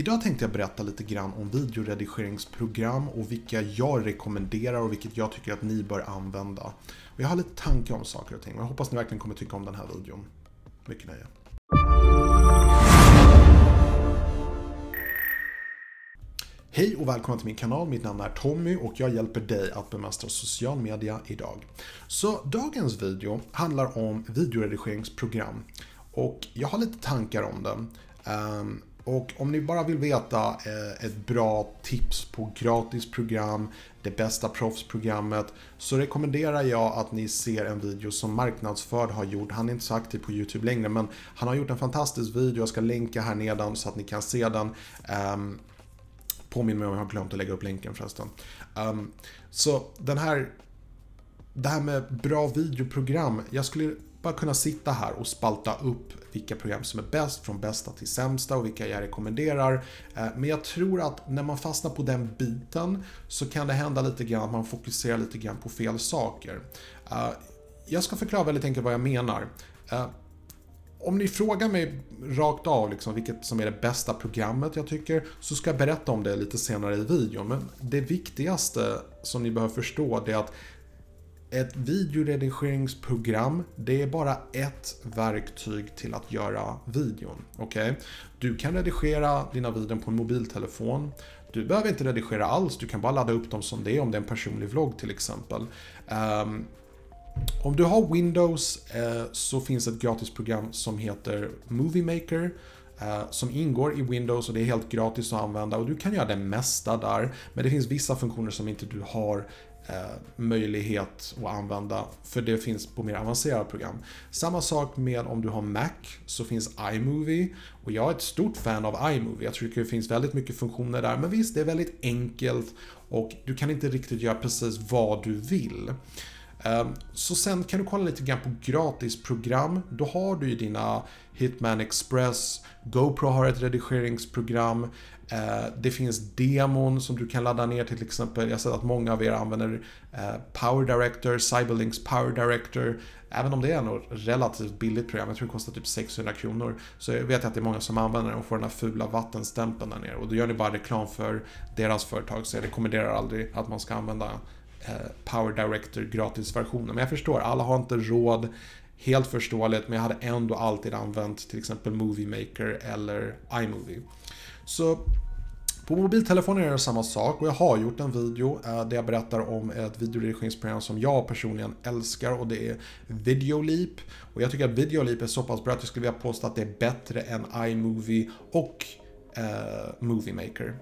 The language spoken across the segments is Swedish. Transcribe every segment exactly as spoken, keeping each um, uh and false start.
Idag tänkte jag berätta lite grann om videoredigeringsprogram och vilka jag rekommenderar och vilket jag tycker att ni bör använda. Och jag har lite tankar om saker och ting och jag hoppas ni verkligen kommer tycka om den här videon. Mycket nöje. Hej och välkommen till min kanal, mitt namn är Tommy och jag hjälper dig att bemästra social media idag. Så dagens video handlar om videoredigeringsprogram och jag har lite tankar om den. Um, och om ni bara vill veta eh, ett bra tips på gratis program, det bästa proffsprogrammet, så rekommenderar jag att ni ser en video som Marknadsförd har gjort. Han är inte så aktiv på YouTube längre, men han har gjort en fantastisk video. Jag ska länka här nedan så att ni kan se den. Um, Påminn mig om jag har glömt att lägga upp länken förresten. Um, så den här, det här med bra videoprogram, jag skulle bara kunna sitta här och spalta upp vilka program som är bäst från bästa till sämsta och vilka jag rekommenderar. Uh, men jag tror att när man fastnar på den biten så kan det hända lite grann att man fokuserar lite grann på fel saker. Uh, jag ska förklara väldigt enkelt vad jag menar. Uh, Om ni frågar mig rakt av liksom, vilket som är det bästa programmet jag tycker, så ska jag berätta om det lite senare i videon. Men det viktigaste som ni behöver förstå är att ett videoredigeringsprogram, det är bara ett verktyg till att göra videon. Okay? Du kan redigera dina videon på en mobiltelefon. Du behöver inte redigera alls, du kan bara ladda upp dem som det är om det är en personlig vlogg till exempel. Um, Om du har Windows eh, så finns ett gratisprogram som heter Movie Maker eh, som ingår i Windows och det är helt gratis att använda och du kan göra det mesta där, men det finns vissa funktioner som inte du har eh, möjlighet att använda för det finns på mer avancerade program. Samma sak med om du har Mac, så finns iMovie och jag är ett stort fan av iMovie. Jag tycker det finns väldigt mycket funktioner där, men visst, det är väldigt enkelt och du kan inte riktigt göra precis vad du vill. Så sen kan du kolla lite grann på gratisprogram. Då har du ju dina Hitman Express, GoPro har ett redigeringsprogram. Det finns demon som du kan ladda ner till exempel. Jag har sett att många av er använder Power Director, Cyberlinks Power Director. Även om det är något relativt billigt program, jag tror det kostar typ sexhundra kronor. Så jag vet att det är många som använder den och får den här fula vattenstämpeln där nere. Och då gör ni bara reklam för deras företag, så jag rekommenderar aldrig att man ska använda Power Director gratisversionen. Men jag förstår, alla har inte råd, helt förståeligt, men jag hade ändå alltid använt till exempel Movie Maker eller iMovie. Så på mobiltelefoner är det samma sak och jag har gjort en video där jag berättar om ett videoredigeringsprogram som jag personligen älskar och det är Videoleap. Och jag tycker att Videoleap är så pass bra att jag skulle vilja påstå att det är bättre än iMovie och eh, Movie Maker.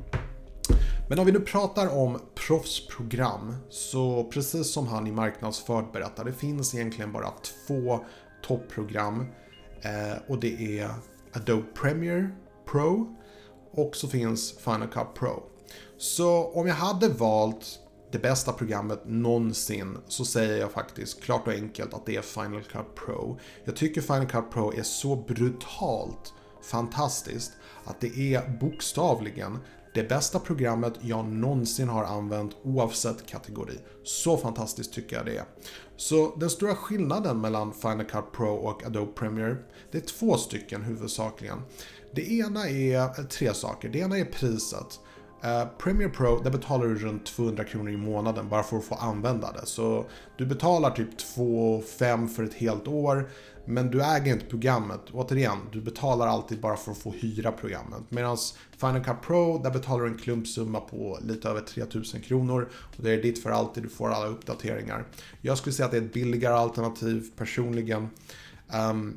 Men om vi nu pratar om proffsprogram, så precis som han i Marknadsförd berättar, det finns egentligen bara två toppprogram eh, och det är Adobe Premiere Pro och så finns Final Cut Pro. Så om jag hade valt det bästa programmet någonsin så säger jag faktiskt klart och enkelt att det är Final Cut Pro. Jag tycker Final Cut Pro är så brutalt fantastiskt att det är bokstavligen det bästa programmet jag någonsin har använt oavsett kategori. Så fantastiskt tycker jag det är. Så den stora skillnaden mellan Final Cut Pro och Adobe Premiere, det är två stycken huvudsakligen. Det ena är tre saker. Det ena är priset. Uh, Premiere Pro, där betalar du runt tvåhundra kronor i månaden bara för att få använda det. Så du betalar typ två fem för ett helt år, men du äger inte programmet. Återigen, du betalar alltid bara för att få hyra programmet. Medan Final Cut Pro, där betalar du en klumpsumma på lite över tre tusen kronor och det är ditt för alltid, du får alla uppdateringar. Jag skulle säga att det är ett billigare alternativ personligen. Um,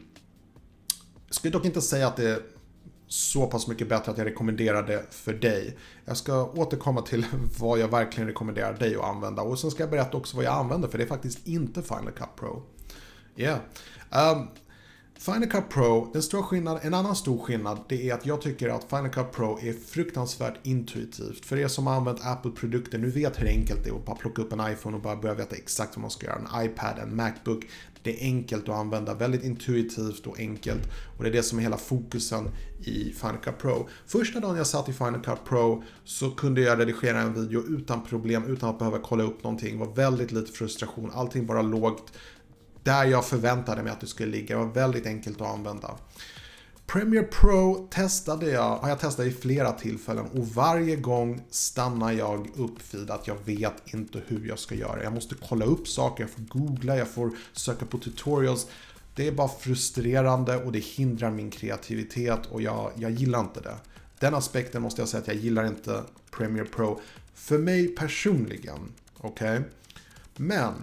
jag skulle dock inte säga att det är så pass mycket bättre att jag rekommenderar det för dig. Jag ska återkomma till vad jag verkligen rekommenderar dig att använda. Och sen ska jag berätta också vad jag använder, för det är faktiskt inte Final Cut Pro. Yeah. Um, Final Cut Pro, den stora skillnaden, en annan stor skillnad, det är att jag tycker att Final Cut Pro är fruktansvärt intuitivt. För er som har använt Apple-produkter, nu vet hur enkelt det är att bara plocka upp en iPhone och bara börja veta exakt vad man ska göra. En iPad, en MacBook, det är enkelt att använda, väldigt intuitivt och enkelt. Och det är det som är hela fokusen i Final Cut Pro. Första dagen jag satt i Final Cut Pro så kunde jag redigera en video utan problem, utan att behöva kolla upp någonting. Det var väldigt lite frustration, allting bara lågt där jag förväntade mig att det skulle ligga. Det var väldigt enkelt att använda. Premiere Pro testade jag, har jag testat i flera tillfällen och varje gång stannar jag upp vid att jag vet inte hur jag ska göra. Jag måste kolla upp saker, jag får googla, jag får söka på tutorials. Det är bara frustrerande och det hindrar min kreativitet och jag, jag gillar inte det. Den aspekten måste jag säga att jag gillar inte Premiere Pro för mig personligen. Okej? Okay? Men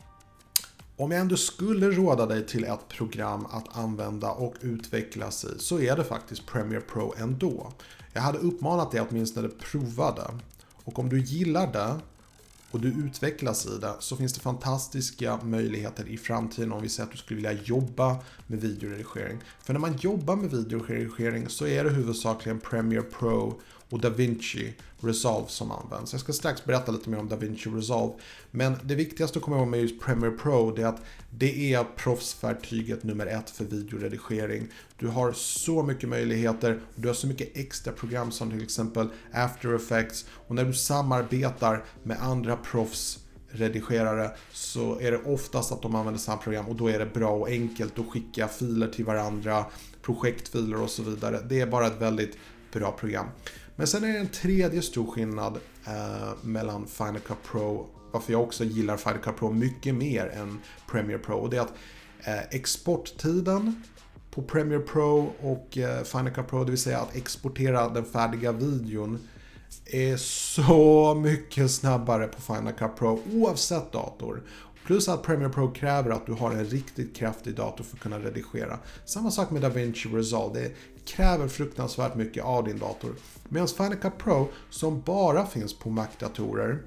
om jag ändå skulle råda dig till ett program att använda och utvecklas i så är det faktiskt Premiere Pro ändå. Jag hade uppmanat dig att åtminstone prova det. Och om du gillar det och du utvecklas i det så finns det fantastiska möjligheter i framtiden om vi säger att du skulle vilja jobba med videoredigering. För när man jobbar med videoredigering så är det huvudsakligen Premiere Pro och DaVinci Resolve som används. Jag ska strax berätta lite mer om DaVinci Resolve. Men det viktigaste att komma ihåg med just Premiere Pro är att det är proffsverktyget nummer ett för videoredigering. Du har så mycket möjligheter och du har så mycket extra program som till exempel After Effects. Och när du samarbetar med andra proffsredigerare så är det oftast att de använder samma program och då är det bra och enkelt att skicka filer till varandra, projektfiler och så vidare. Det är bara ett väldigt bra program. Men sen är det en tredje stor skillnad eh, mellan Final Cut Pro, varför jag också gillar Final Cut Pro mycket mer än Premiere Pro. Och det är att eh, exporttiden på Premiere Pro och eh, Final Cut Pro, det vill säga att exportera den färdiga videon, är så mycket snabbare på Final Cut Pro oavsett dator. Plus att Premiere Pro kräver att du har en riktigt kraftig dator för att kunna redigera. Samma sak med DaVinci Resolve. Det kräver fruktansvärt mycket av din dator. Medan Final Cut Pro, som bara finns på Mac-datorer,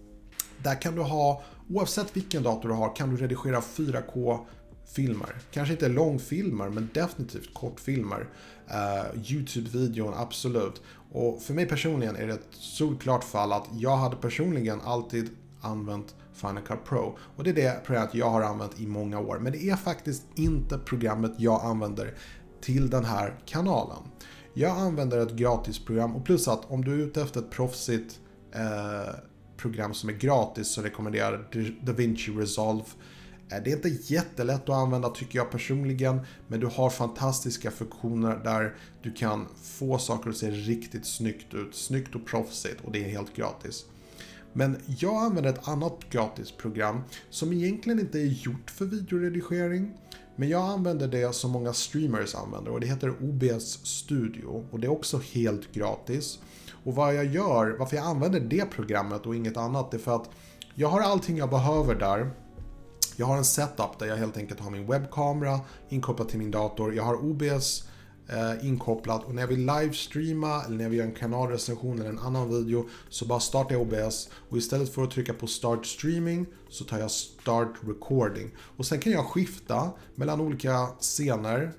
där kan du ha, oavsett vilken dator du har, kan du redigera fyra K-filmer. Kanske inte långfilmer, men definitivt kortfilmer. Uh, YouTube-videon, absolut. Och för mig personligen är det ett solklart fall att jag hade personligen alltid använt Final Cut Pro. Och det är det programmet jag har använt i många år. Men det är faktiskt inte programmet jag använder till den här kanalen. Jag använder ett gratisprogram och plus att om du är ute efter ett proffsigt eh, program som är gratis så rekommenderar jag DaVinci Resolve. Eh, det är inte jättelätt att använda tycker jag personligen, men du har fantastiska funktioner där du kan få saker att se riktigt snyggt ut. Snyggt och proffsigt och det är helt gratis. Men jag använder ett annat gratisprogram som egentligen inte är gjort för videoredigering. Men jag använder det som många streamers använder och det heter O B S Studio och det är också helt gratis. Och vad jag gör, varför jag använder det programmet och inget annat är för att jag har allting jag behöver där. Jag har en setup där jag helt enkelt har min webbkamera inkopplad till min dator. Jag har O B S eh, inkopplat och när jag vill livestreama eller när jag vill göra en kanalrecension eller en annan video så bara startar jag O B S och istället för att trycka på start streaming så tar jag start recording. Och sen kan jag skifta mellan olika scener.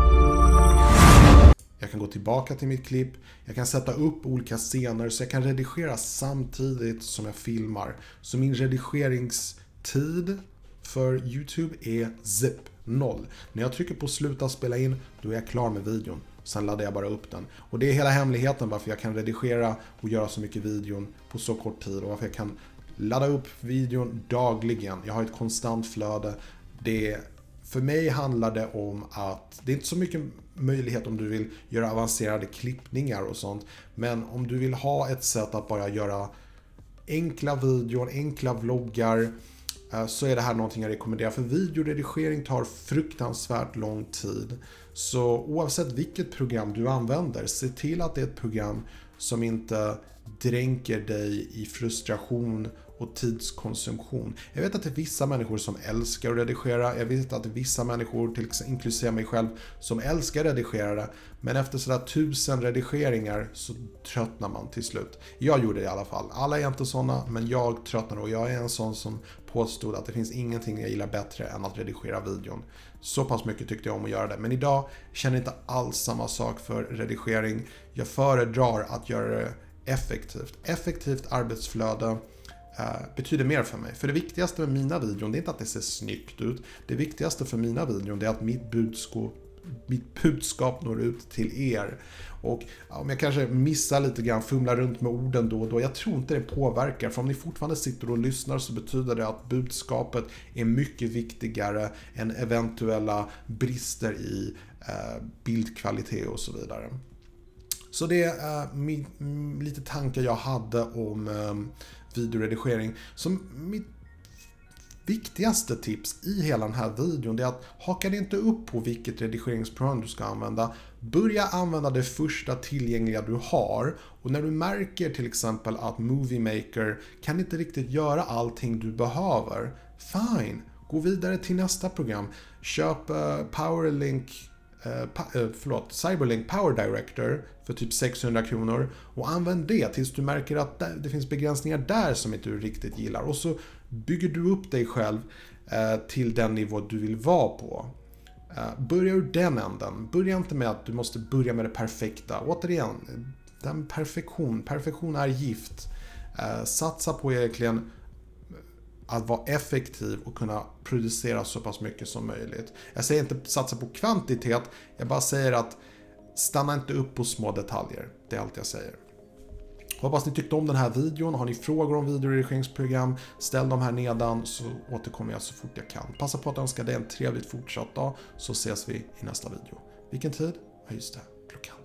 Jag kan gå tillbaka till mitt klipp. Jag kan sätta upp olika scener så jag kan redigera samtidigt som jag filmar. Så min redigeringstid för YouTube är zip, noll. När jag trycker på sluta spela in, då är jag klar med videon. Sen laddar jag bara upp den. Och det är hela hemligheten varför jag kan redigera och göra så mycket videon på så kort tid. Och varför jag kan ladda upp videon dagligen. Jag har ett konstant flöde. Det, för mig handlar det om att det är inte så mycket möjlighet om du vill göra avancerade klippningar och sånt. Men om du vill ha ett sätt att bara göra enkla videor, enkla vloggar, så är det här någonting jag rekommenderar. För videoredigering tar fruktansvärt lång tid. Så oavsett vilket program du använder, se till att det är ett program som inte dränker dig i frustration och tidskonsumtion. Jag vet att det är vissa människor som älskar att redigera. Jag vet att det är vissa människor, till exempel inklusive mig själv, som älskar redigera. Men efter sådär tusen redigeringar så tröttnar man till slut. Jag gjorde det i alla fall. Alla är inte sådana, men jag tröttnar och jag är en sån som påstod att det finns ingenting jag gillar bättre än att redigera videon. Så pass mycket tyckte jag om att göra det. Men idag känner jag inte alls samma sak för redigering. Jag föredrar att göra det effektivt. Effektivt arbetsflöde Uh, betyder mer för mig. För det viktigaste med mina videon, det är inte att det ser snyggt ut. Det viktigaste för mina videon, det är att mitt budskap, mitt budskap når ut till er. Och ja, om jag kanske missar lite grann, fumlar runt med orden då och då, jag tror inte det påverkar. För om ni fortfarande sitter och lyssnar så betyder det att budskapet är mycket viktigare än eventuella brister i eh, bildkvalitet och så vidare. Så det är äh, min, lite tankar jag hade om äh, videoredigering. Som mitt viktigaste tips i hela den här videon är att haka dig inte upp på vilket redigeringsprogram du ska använda. Börja använda det första tillgängliga du har. Och när du märker till exempel att Movie Maker kan inte riktigt göra allting du behöver, fine, gå vidare till nästa program. Köp äh, PowerLink Uh, pa- uh, förlåt, Cyberlink Power Director för typ sexhundra kronor och använd det tills du märker att det, det finns begränsningar där som inte du riktigt gillar, och så bygger du upp dig själv uh, till den nivå du vill vara på. Uh, börja ur den änden. Börja inte med att du måste börja med det perfekta. Återigen, den perfektion, perfektion är gift. Uh, satsa på egentligen att vara effektiv och kunna producera så pass mycket som möjligt. Jag säger inte satsa på kvantitet, jag bara säger att stanna inte upp på små detaljer. Det är allt jag säger. Hoppas ni tyckte om den här videon. Har ni frågor om videoredigeringsprogram, ställ dem här nedan så återkommer jag så fort jag kan. Passa på att önska dig en trevligt fortsatt dag, så ses vi i nästa video. Vilken tid? Ja, just det, klockan.